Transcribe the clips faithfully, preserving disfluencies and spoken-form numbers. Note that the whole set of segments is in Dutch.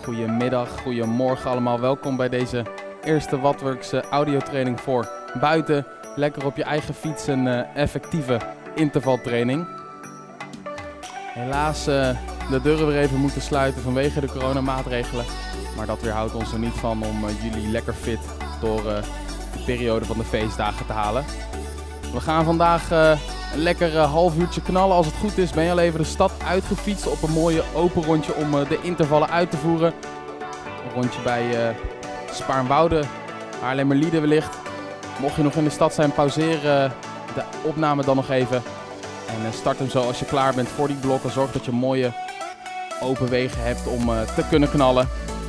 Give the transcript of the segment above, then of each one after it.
Goedemiddag, goedemorgen allemaal. Welkom bij deze eerste Wattworks uh, audiotraining voor buiten. Lekker op je eigen fiets een uh, effectieve intervaltraining. Helaas uh, de deuren weer even moeten sluiten vanwege de coronamaatregelen. Maar dat weerhoudt ons er niet van om uh, jullie lekker fit door uh, de periode van de feestdagen te halen. We gaan vandaag uh, een lekker uh, half uurtje knallen. Als het goed is ben je al even de stad uitgefietst op een mooie open rondje om uh, de intervallen uit te voeren. Een rondje bij uh, Spaarnwoude, Haarlemmerlieden wellicht. Mocht je nog in de stad zijn, pauzeer uh, de opname dan nog even. En uh, start hem zo als je klaar bent voor die blokken. Zorg dat je mooie open wegen hebt om uh, te kunnen knallen.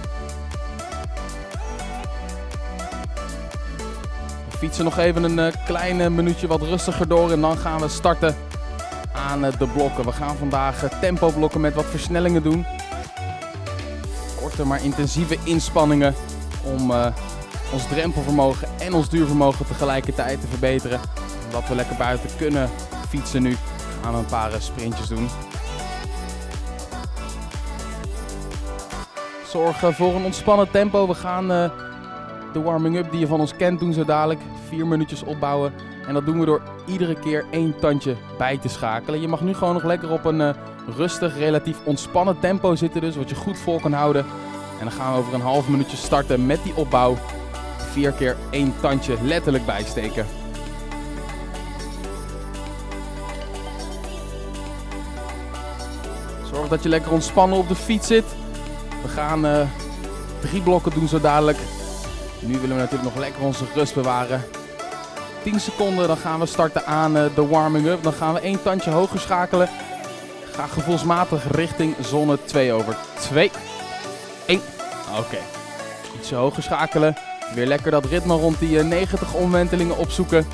We fietsen nog even een uh, klein minuutje wat rustiger door en dan gaan we starten aan uh, de blokken. We gaan vandaag uh, tempo blokken met wat versnellingen doen. Korte maar intensieve inspanningen om uh, ons drempelvermogen en ons duurvermogen tegelijkertijd te verbeteren. Omdat we lekker buiten kunnen fietsen nu, gaan we een paar uh, sprintjes doen. Zorg uh, voor een ontspannen tempo. We gaan uh, de warming-up die je van ons kent doen zo dadelijk. Vier minuutjes opbouwen. En dat doen we door iedere keer één tandje bij te schakelen. Je mag nu gewoon nog lekker op een uh, rustig, relatief ontspannen tempo zitten dus. Wat je goed vol kan houden. En dan gaan we over een half minuutje starten met die opbouw. Vier keer één tandje letterlijk bijsteken. Zorg dat je lekker ontspannen op de fiets zit. We gaan uh, drie blokken doen zo dadelijk. Nu willen we natuurlijk nog lekker onze rust bewaren. tien seconden, dan gaan we starten aan uh, de warming-up. Dan gaan we één tandje hoger schakelen. Ga gevoelsmatig richting zone twee over. twee, één. Oké. Okay. Ietsje hoger schakelen. Weer lekker dat ritme rond die uh, negentig omwentelingen opzoeken.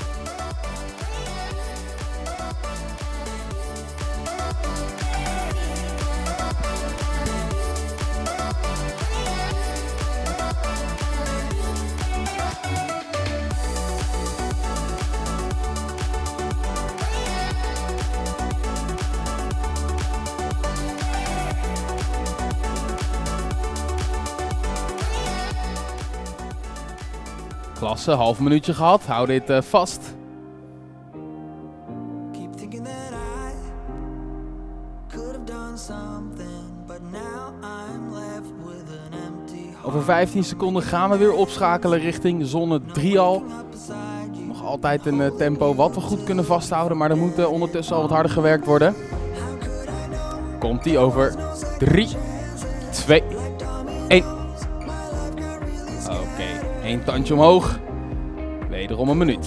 Klasse, half minuutje gehad. Hou dit uh, vast. Over vijftien seconden gaan we weer opschakelen richting zone drie al. Nog altijd een uh, tempo wat we goed kunnen vasthouden, maar er moet uh, ondertussen al wat harder gewerkt worden. Komt ie over drie, twee, één. Oké, okay. één tandje omhoog. Wederom een minuut.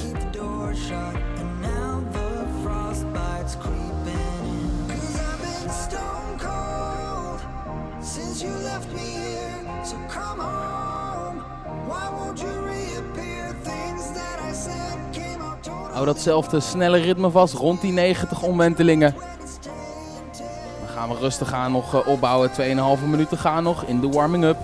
Hou datzelfde snelle ritme vast, rond die negentig omwentelingen. Dan gaan we rustig aan nog uh, opbouwen, twee komma vijf minuten gaan nog in de warming-up.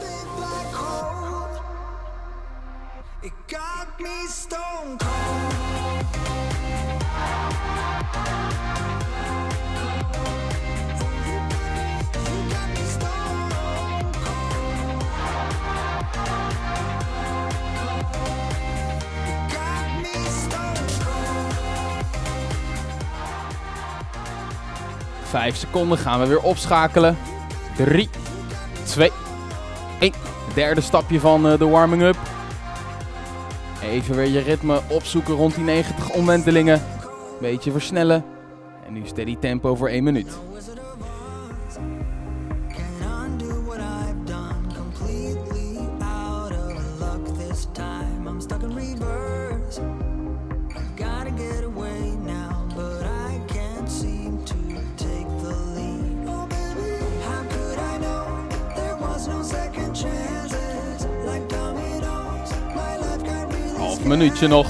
Vijf seconden gaan we weer opschakelen. drie, twee, één. Derde stapje van uh, de warming-up. Even weer je ritme opzoeken rond die negentig omwentelingen. Beetje versnellen. En nu steady tempo voor één minuut. Half minuutje nog.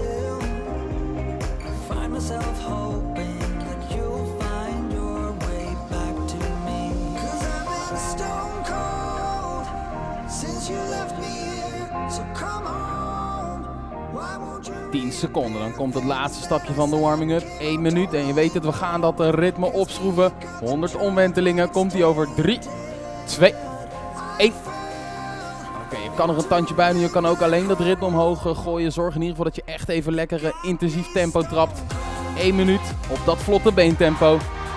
tien seconden, dan komt het laatste stapje van de warming-up. één minuut en je weet het, we gaan dat ritme opschroeven. honderd omwentelingen, komt hij over drie, twee, één. Oké, okay, je kan er een tandje bij doen. Je kan ook alleen dat ritme omhoog uh, gooien. Zorg in ieder geval dat je echt even lekker uh, intensief tempo trapt. één minuut op dat vlotte beentempo.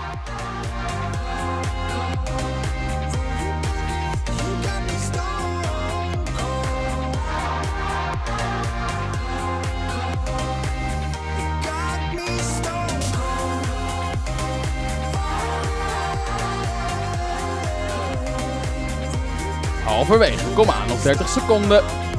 Halverwege, kom aan, nog dertig seconden.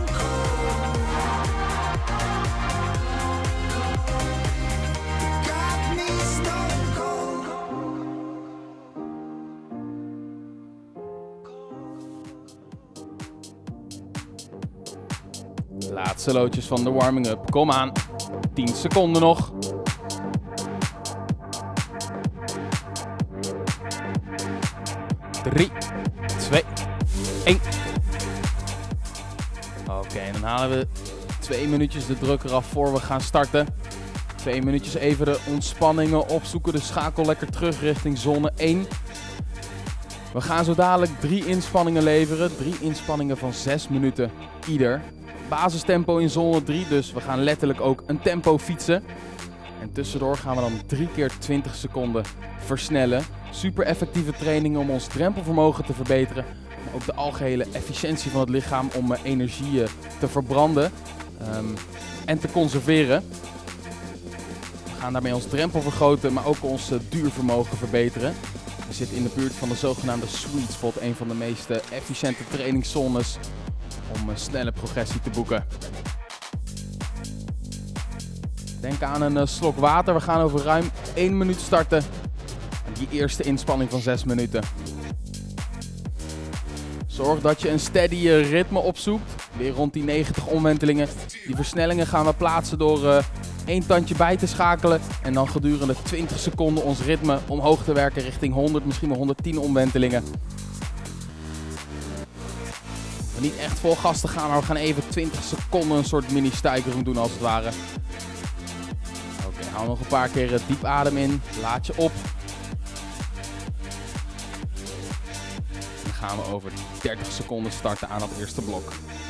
Laatste loodjes van de warming-up, kom aan. tien seconden nog. drie, twee, één. Oké, okay, dan halen we twee minuutjes de druk eraf voor we gaan starten. Twee minuutjes even de ontspanningen opzoeken. De schakel lekker terug richting zone één. We gaan zo dadelijk drie inspanningen leveren. Drie inspanningen van zes minuten ieder. Basistempo in zone drie, dus we gaan letterlijk ook een tempo fietsen. En tussendoor gaan we dan drie keer twintig seconden versnellen. Super effectieve trainingen om ons drempelvermogen te verbeteren. Maar ook de algehele efficiëntie van het lichaam om uh, energie uh, te verbranden um, en te conserveren. We gaan daarmee ons drempel vergroten, maar ook ons uh, duurvermogen verbeteren. We zitten in de buurt van de zogenaamde sweet spot, een van de meest uh, efficiënte trainingszones om uh, snelle progressie te boeken. Denk aan een uh, slok water. We gaan over ruim één minuut starten. Die eerste inspanning van zes minuten. Zorg dat je een steady uh, ritme opzoekt. Weer rond die negentig omwentelingen. Die versnellingen gaan we plaatsen door uh, één tandje bij te schakelen. En dan gedurende twintig seconden ons ritme omhoog te werken richting honderd, misschien wel honderdtien omwentelingen. We niet echt vol gas te gaan, maar we gaan even twintig seconden een soort mini-stijgering doen als het ware. Oké, okay, haal nog een paar keer uh, diep adem in. Laat je op. Dan gaan we over dertig seconden starten aan dat eerste blok.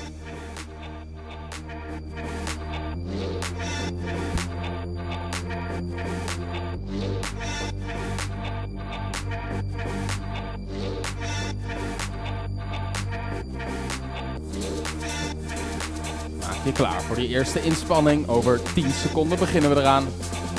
Maak je klaar voor die eerste inspanning. Over tien seconden beginnen we eraan.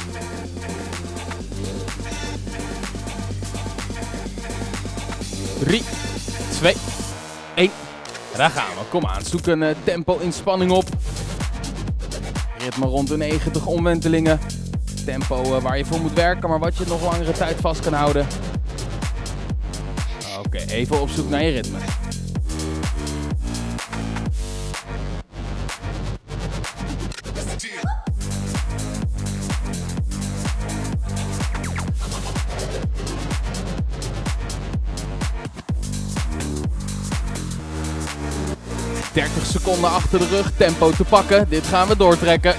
drie, twee, één. Daar gaan we. Kom aan. Zoek een uh, tempo inspanning op. Ritme rond de negentig omwentelingen. Tempo uh, waar je voor moet werken, maar wat je nog langere tijd vast kan houden. Oké, okay, even op zoek naar je ritme. dertig seconden achter de rug, tempo te pakken. Dit gaan we doortrekken.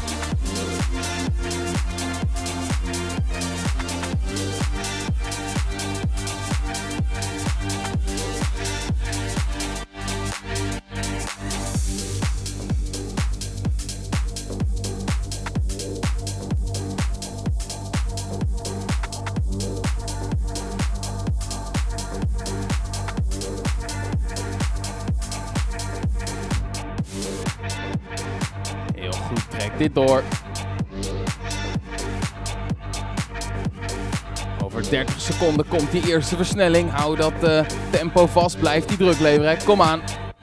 Trek dit door. Over dertig seconden komt die eerste versnelling. Hou dat uh, tempo vast. Blijf die druk leveren. Kom aan.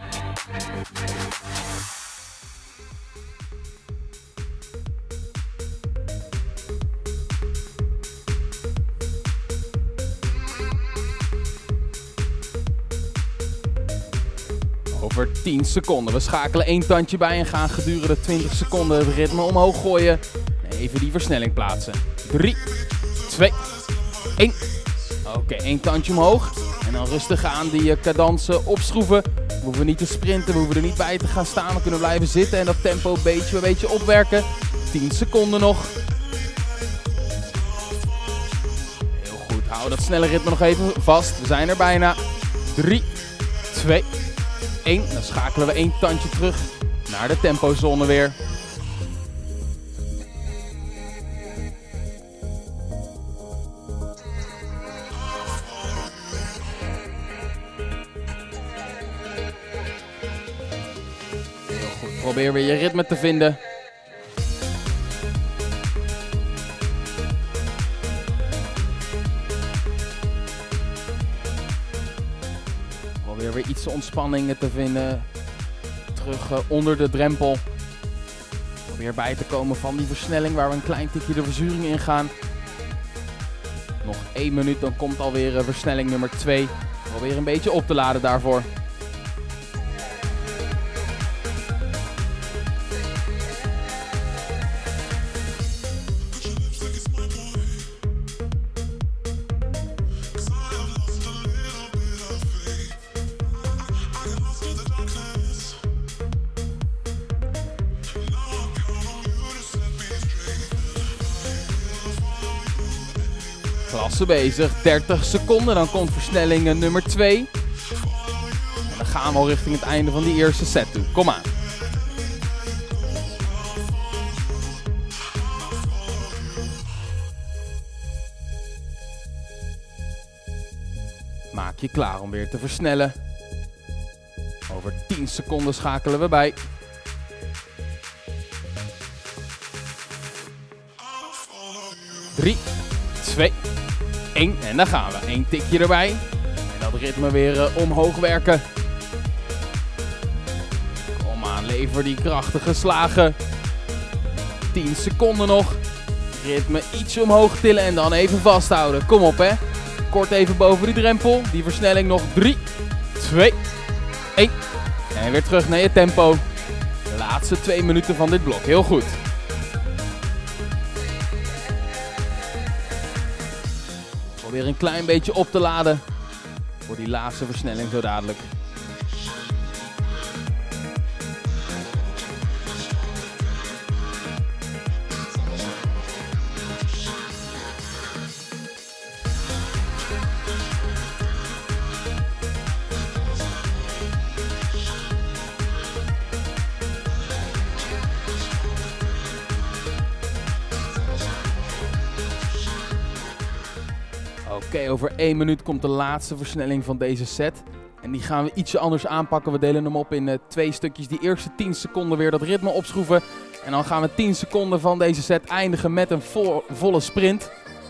Over tien seconden. We schakelen één tandje bij en gaan gedurende twintig seconden het ritme omhoog gooien. Even die versnelling plaatsen. drie, twee, één. Oké, okay, één tandje omhoog. En dan rustig aan die cadansen opschroeven. We hoeven niet te sprinten, we hoeven er niet bij te gaan staan. We kunnen blijven zitten en dat tempo een beetje bij beetje opwerken. tien seconden nog. Heel goed, hou dat snelle ritme nog even vast. We zijn er bijna. drie, twee, één. Dan schakelen we één tandje terug naar de tempozone weer. Heel goed, probeer weer je ritme te vinden. Probeer weer iets ontspanningen te vinden. Terug uh, onder de drempel. Probeer bij te komen van die versnelling waar we een klein tikje de verzuring in gaan. Nog één minuut, dan komt alweer uh, versnelling nummer twee. Probeer een beetje op te laden daarvoor. Klasse bezig, dertig seconden, dan komt versnelling nummer twee. En dan gaan we al richting het einde van die eerste set toe. Kom aan. Maak je klaar om weer te versnellen. Over tien seconden schakelen we bij. drie, twee, één. En daar gaan we. Eén tikje erbij. En dat ritme weer uh, omhoog werken. Kom aan, lever die krachtige slagen. tien seconden nog. Ritme iets omhoog tillen en dan even vasthouden. Kom op hè. Kort even boven die drempel. Die versnelling nog. drie, twee, één. En weer terug naar je tempo. De laatste twee minuten van dit blok. Heel goed. Probeer een klein beetje op te laden voor die laatste versnelling zo dadelijk. Oké, okay, over één minuut komt de laatste versnelling van deze set. En die gaan we ietsje anders aanpakken. We delen hem op in uh, twee stukjes. Die eerste tien seconden weer dat ritme opschroeven. En dan gaan we tien seconden van deze set eindigen met een vo volle sprint.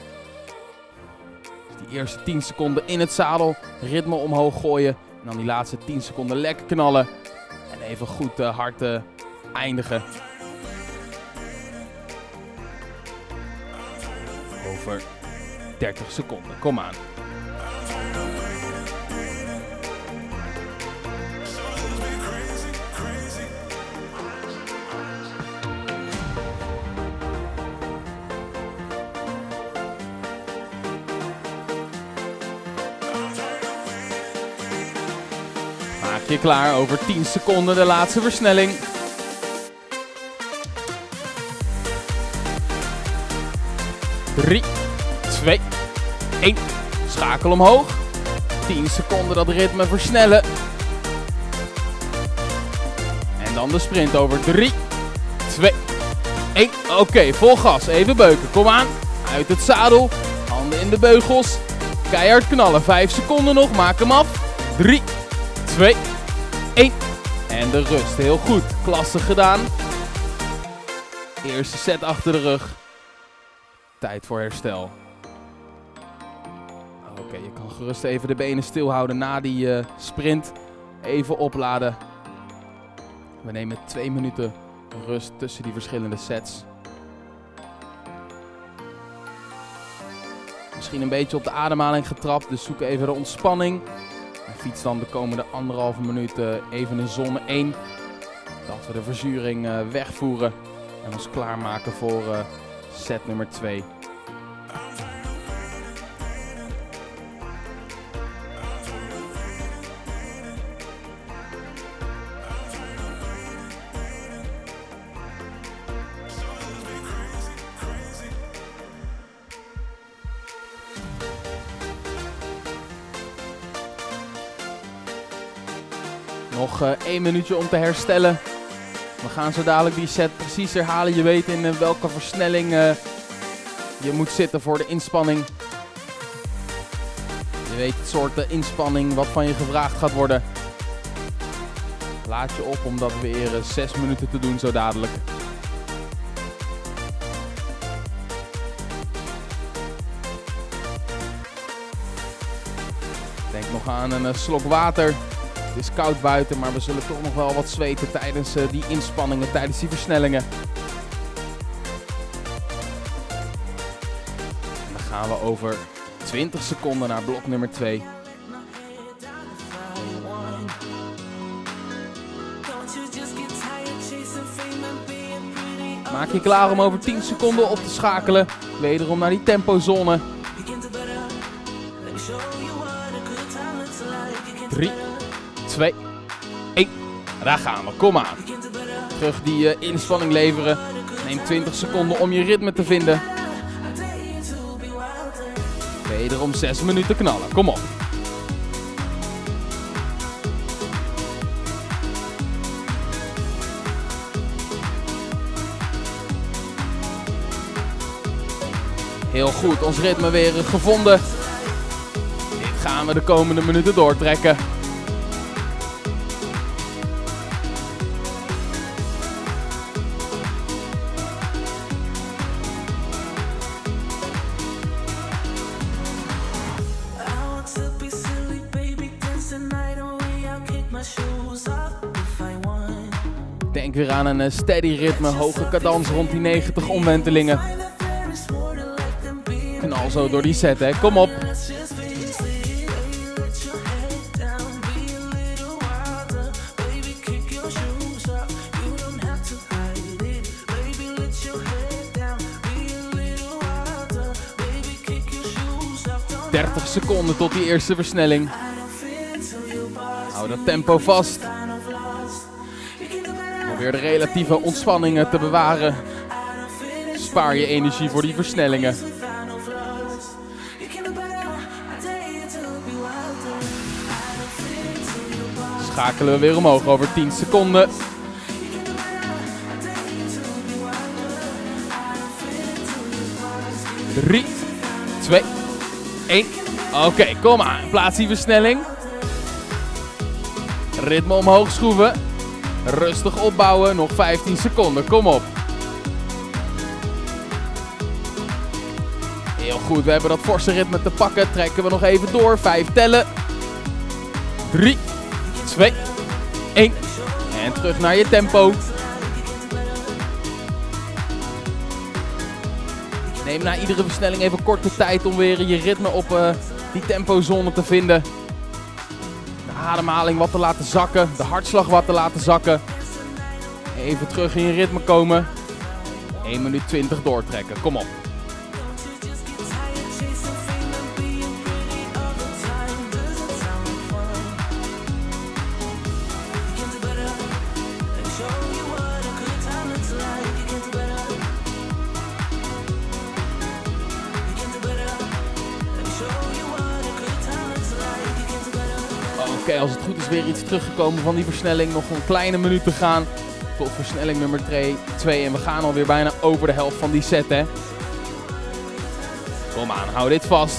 Dus die eerste tien seconden in het zadel. Ritme omhoog gooien. En dan die laatste tien seconden lekker knallen. En even goed uh, hard uh, eindigen. Over dertig seconden. Kom aan. Maak je klaar. Over tien seconden de laatste versnelling. drie, twee, één. Schakel omhoog. tien seconden dat ritme versnellen. En dan de sprint over drie, twee, één. Oké, okay, vol gas. Even beuken. Kom aan. Uit het zadel. Handen in de beugels. Keihard knallen. vijf seconden nog. Maak hem af. drie, twee, één. En de rust. Heel goed. Klasse gedaan. Eerste set achter de rug. Tijd voor herstel. Oké, okay, je kan gerust even de benen stilhouden na die uh, sprint. Even opladen. We nemen twee minuten rust tussen die verschillende sets. Misschien een beetje op de ademhaling getrapt, dus zoek even de ontspanning. En fiets dan de komende anderhalve minuut uh, even in zone één. Dat we de verzuring uh, wegvoeren en ons klaarmaken voor uh, set nummer twee. Nog uh, één minuutje om te herstellen. We gaan zo dadelijk die set precies herhalen. Je weet in uh, welke versnelling uh, je moet zitten voor de inspanning. Je weet het soort uh, inspanning wat van je gevraagd gaat worden. Laat je op om dat weer uh, zes minuten te doen zo dadelijk. Denk nog aan een uh, slok water. Het is koud buiten, maar we zullen toch nog wel wat zweten tijdens uh, die inspanningen, tijdens die versnellingen. En dan gaan we over twintig seconden naar blok nummer twee. Maak je klaar om over tien seconden op te schakelen. Wederom naar die tempozone. drie, twee, één. Daar gaan we. Kom aan. Terug die uh, inspanning leveren. Neem twintig seconden om je ritme te vinden. Wederom zes minuten knallen. Kom op. Heel goed, ons ritme weer gevonden. Dit gaan we de komende minuten doortrekken. Denk weer aan een steady ritme, hoge cadans rond die negentig omwentelingen. Knal zo door die set, hè. Kom op. dertig seconden tot die eerste versnelling. Hou dat tempo vast. Probeer de relatieve ontspanningen te bewaren. Spaar je energie voor die versnellingen. Schakelen we weer omhoog over tien seconden. drie, twee, één. Oké, okay, kom aan. Plaats die versnelling. Ritme omhoog schroeven. Rustig opbouwen. Nog vijftien seconden. Kom op. Heel goed. We hebben dat forse ritme te pakken. Trekken we nog even door. Vijf tellen. drie, twee, één. En terug naar je tempo. Neem na iedere versnelling even korte tijd om weer je ritme op uh, die tempozone te vinden. De ademhaling wat te laten zakken, de hartslag wat te laten zakken. Even terug in je ritme komen. één minuut twintig doortrekken, kom op. Oké, okay, als het goed is weer iets teruggekomen van die versnelling. Nog een kleine minuut te gaan tot versnelling nummer twee. En we gaan alweer bijna over de helft van die set, hè. Kom aan, hou dit vast.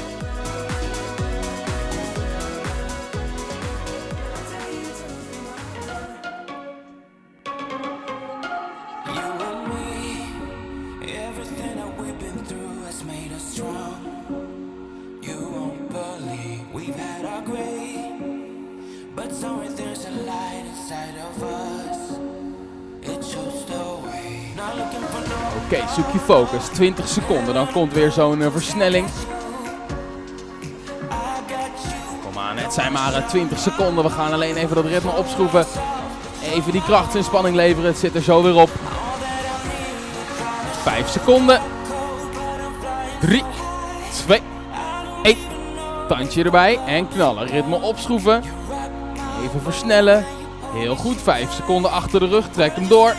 Oké, okay, zoek je focus. twintig seconden, dan komt weer zo'n uh, versnelling. Kom aan, het zijn maar uh, twintig seconden. We gaan alleen even dat ritme opschroeven. Even die krachtsinspanning leveren. Het zit er zo weer op. vijf seconden. drie, twee, één. Tandje erbij en knallen. Ritme opschroeven. Even versnellen. Heel goed, vijf seconden achter de rug. Trek hem door.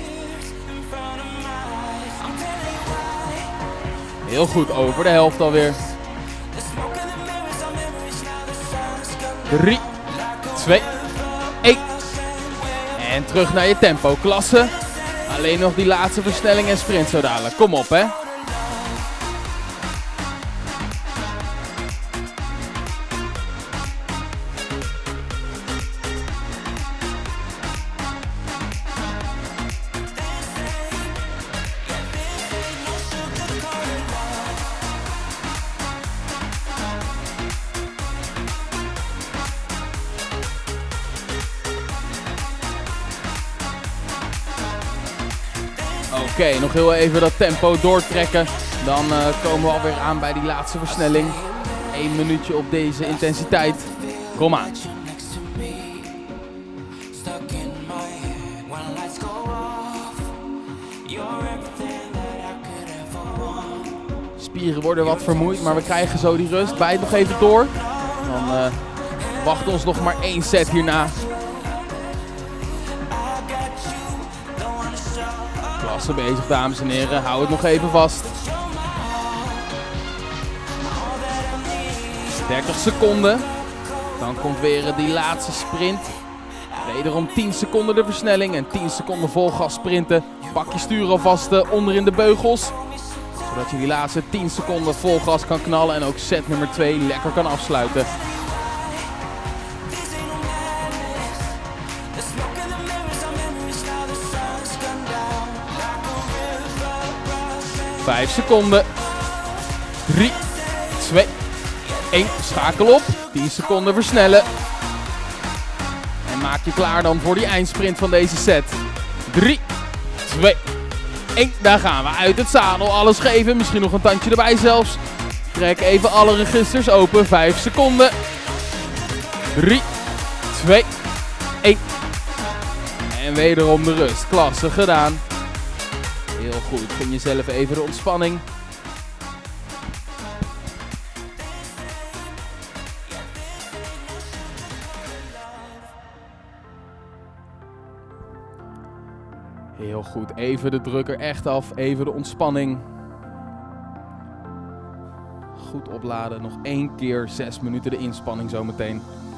Heel goed, over de helft alweer. drie, twee, één. En terug naar je tempo. Klasse. Alleen nog die laatste versnelling en sprint zo dadelijk. Kom op, hè. Oké, okay, nog heel even dat tempo doortrekken. Dan uh, komen we alweer aan bij die laatste versnelling. Eén minuutje op deze intensiteit. Kom aan. Spieren worden wat vermoeid, maar we krijgen zo die rust. Bijt nog even door. Dan uh, wacht ons nog maar één set hierna. Klasse bezig, dames en heren. Hou het nog even vast. dertig seconden. Dan komt weer die laatste sprint. Wederom tien seconden de versnelling en tien seconden vol gas sprinten. Pak je stuur alvast uh, onder in de beugels. Zodat je die laatste tien seconden vol gas kan knallen en ook set nummer twee lekker kan afsluiten. vijf seconden. drie, twee, één. Schakel op. tien seconden versnellen. En maak je klaar dan voor die eindsprint van deze set. drie, twee, één. Daar gaan we. Uit het zadel. Alles geven. Misschien nog een tandje erbij zelfs. Trek even alle registers open. vijf seconden. drie, twee, één. En wederom de rust. Klasse gedaan. Heel goed, gun jezelf even de ontspanning. Heel goed, even de druk er echt af, even de ontspanning. Goed opladen, nog één keer zes minuten de inspanning zometeen.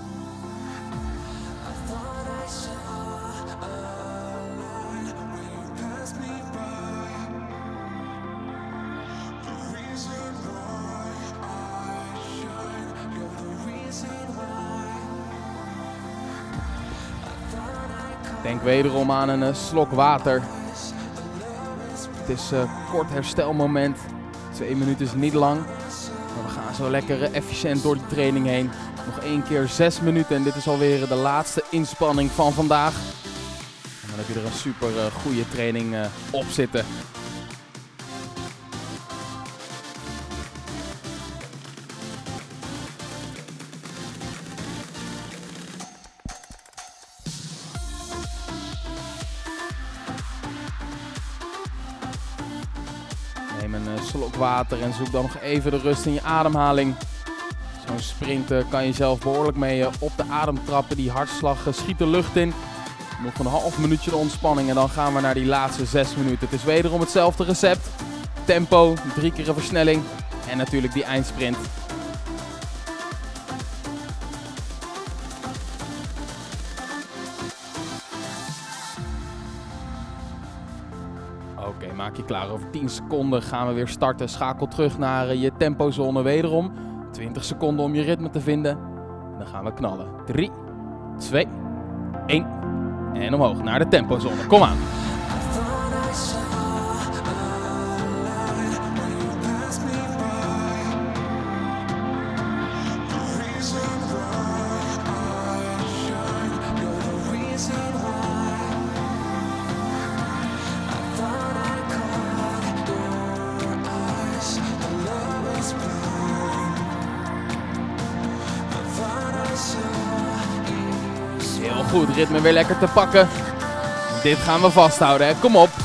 Denk wederom aan een uh, slok water. Het is een uh, kort herstelmoment. Twee minuten is niet lang. Maar we gaan zo lekker uh, efficiënt door die training heen. Nog één keer zes minuten en dit is alweer de laatste inspanning van vandaag. En dan heb je er een super uh, goede training uh, op zitten. Neem een uh, slok water en zoek dan nog even de rust in je ademhaling. Zo'n sprint uh, kan je zelf behoorlijk mee uh, op de adem trappen. Die hartslag uh, schiet de lucht in. Nog een half minuutje de ontspanning en dan gaan we naar die laatste zes minuten. Het is wederom hetzelfde recept. Tempo, drie keer een versnelling en natuurlijk die eindsprint. Oké, okay, maak je klaar. Over tien seconden gaan we weer starten. Schakel terug naar uh, je tempozone wederom. twintig seconden om je ritme te vinden. En dan gaan we knallen. drie, twee, één. En omhoog naar de tempozone. Kom aan. Heel goed, ritme weer lekker te pakken. Dit gaan we vasthouden, hè. Kom op.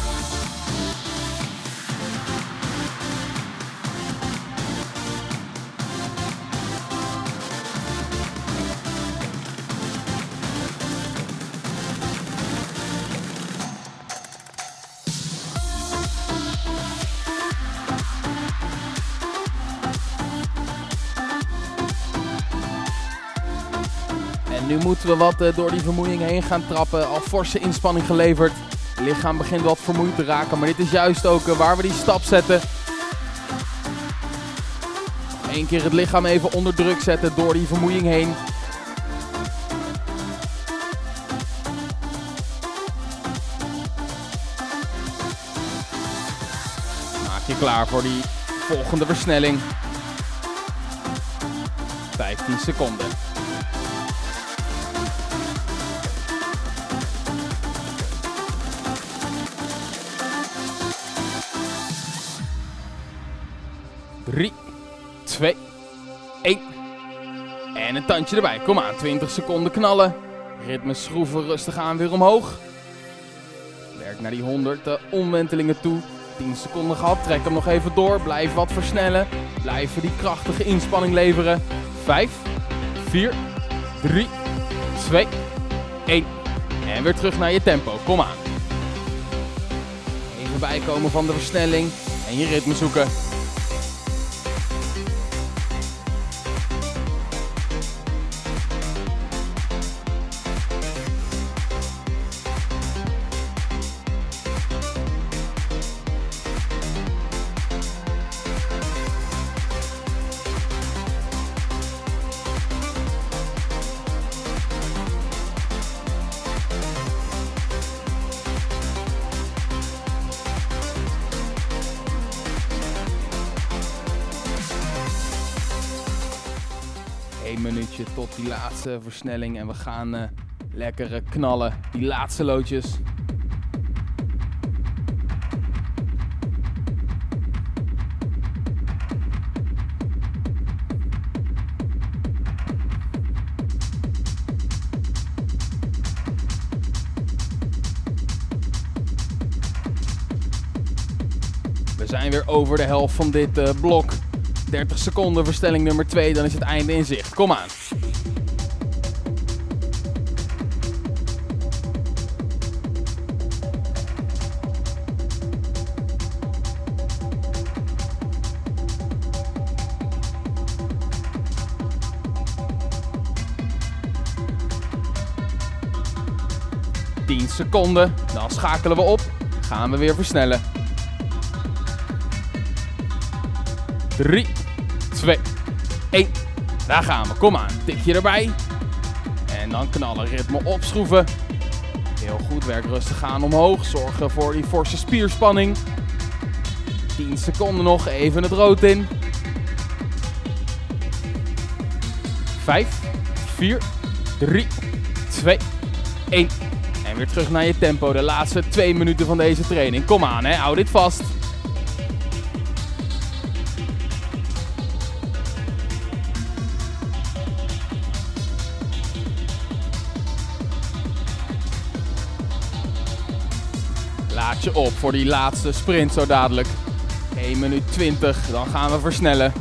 nu moeten we wat uh, door die vermoeiing heen gaan trappen. Al forse inspanning geleverd. Het lichaam begint wat vermoeid te raken. Maar dit is juist ook uh, waar we die stap zetten. Eén keer het lichaam even onder druk zetten door die vermoeiing heen. Maak je klaar voor die volgende versnelling. vijftien seconden. drie, twee, één. En een tandje erbij. Kom aan, twintig seconden knallen. Ritme schroeven rustig aan weer omhoog. Werk naar die honderd uh, omwentelingen toe. tien seconden gehad, trek hem nog even door. Blijf wat versnellen. Blijven die krachtige inspanning leveren. vijf, vier, drie, twee, één. En weer terug naar je tempo. Kom aan. Even bijkomen van de versnelling. En je ritme zoeken. Eén minuutje tot die laatste versnelling en we gaan uh, lekker uh, knallen. Die laatste loodjes. We zijn weer over de helft van dit uh, blok. dertig seconden, versnelling nummer twee, dan is het einde in zicht. Kom aan. tien seconden, dan schakelen we op. Gaan we weer versnellen. drie, twee, één. Daar gaan we. Kom aan. Tikje erbij. En dan knallen. Ritme opschroeven. Heel goed. Werk rustig aan omhoog. Zorg voor die forse spierspanning. tien seconden nog. Even het rood in. vijf, vier, drie, twee, één. En weer terug naar je tempo. De laatste twee minuten van deze training. Kom aan, hè. Hou dit vast. Laat je op voor die laatste sprint zo dadelijk. één minuut twintig, dan gaan we versnellen.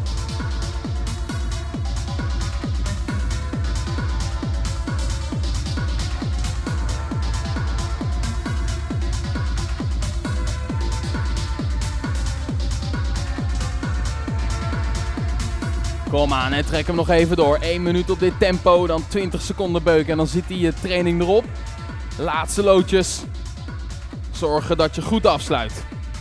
Kom aan, hè, trek hem nog even door. één minuut op dit tempo, dan twintig seconden beuken en dan zit die training erop. Laatste loodjes. Zorgen dat je goed afsluit.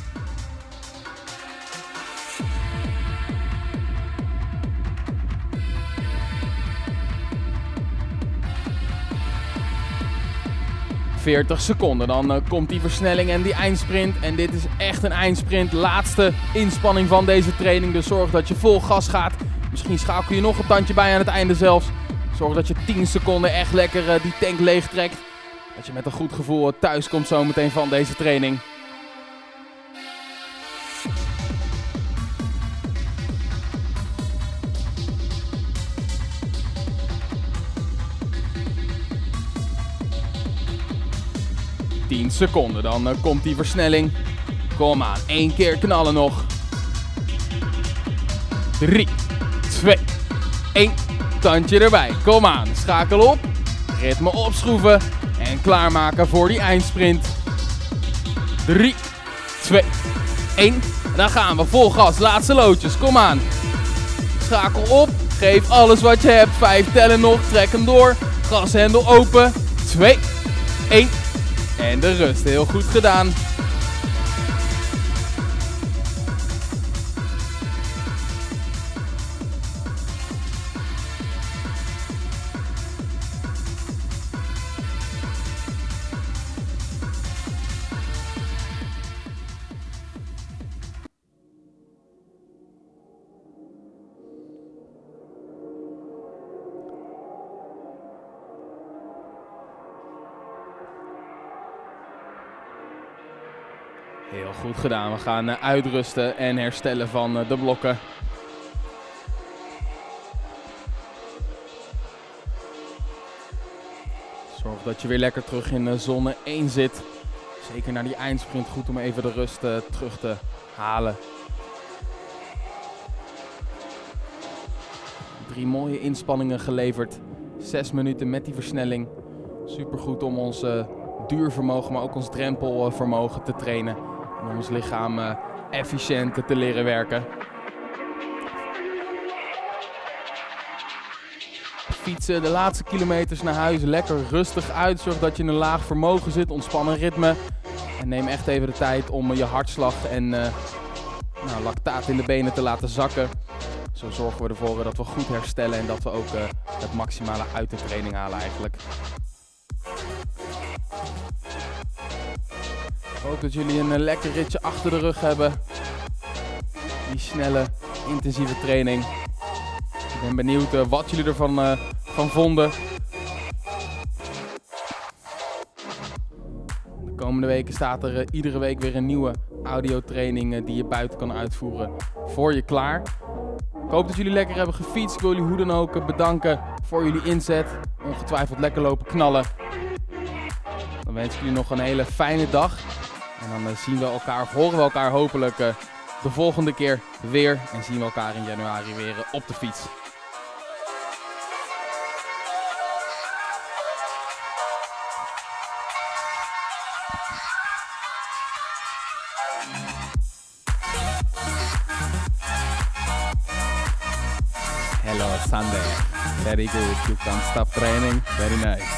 veertig seconden, dan uh, komt die versnelling en die eindsprint. En dit is echt een eindsprint. Laatste inspanning van deze training. Dus zorg dat je vol gas gaat. Misschien schakel je nog een tandje bij aan het einde zelfs. Zorg dat je tien seconden echt lekker uh, die tank leeg trekt. Dat je met een goed gevoel thuis komt zometeen van deze training. tien seconden, dan uh, komt die versnelling. Kom aan, één keer knallen nog. drie, twee, één. Tandje erbij. Kom aan, schakel op. Ritme opschroeven. En klaarmaken voor die eindsprint. drie, twee, één. En dan gaan we vol gas. Laatste loodjes. Kom aan. Schakel op. Geef alles wat je hebt. vijf tellen nog. Trek hem door. Gashendel open. twee, één. En de rust. Heel goed gedaan. Heel goed gedaan. We gaan uitrusten en herstellen van de blokken. Zorg dat je weer lekker terug in zone één zit. Zeker na die eindsprint goed om even de rust terug te halen. Drie mooie inspanningen geleverd. Zes minuten met die versnelling. Supergoed om ons uh, duurvermogen, maar ook ons drempelvermogen te trainen. En om ons lichaam uh, efficiënt te leren werken. Fietsen de laatste kilometers naar huis lekker rustig uit. Zorg dat je in een laag vermogen zit, ontspannen ritme. En neem echt even de tijd om je hartslag en uh, nou, lactaat in de benen te laten zakken. Zo zorgen we ervoor dat we goed herstellen en dat we ook uh, het maximale uit de training halen eigenlijk. Ik hoop dat jullie een uh, lekker ritje achter de rug hebben. Die snelle, intensieve training. Ik ben benieuwd uh, wat jullie ervan uh, van vonden. De komende weken staat er uh, iedere week weer een nieuwe audiotraining uh, die je buiten kan uitvoeren voor je klaar. Ik hoop dat jullie lekker hebben gefietst. Ik wil jullie hoe dan ook bedanken voor jullie inzet. Ongetwijfeld lekker lopen knallen. Dan wens ik jullie nog een hele fijne dag. En dan uh, zien we elkaar, of horen we elkaar hopelijk uh, de volgende keer weer. En zien we elkaar in januari weer uh, op de fiets. Hello, Sunday. Very good. You can't stop training. Very nice.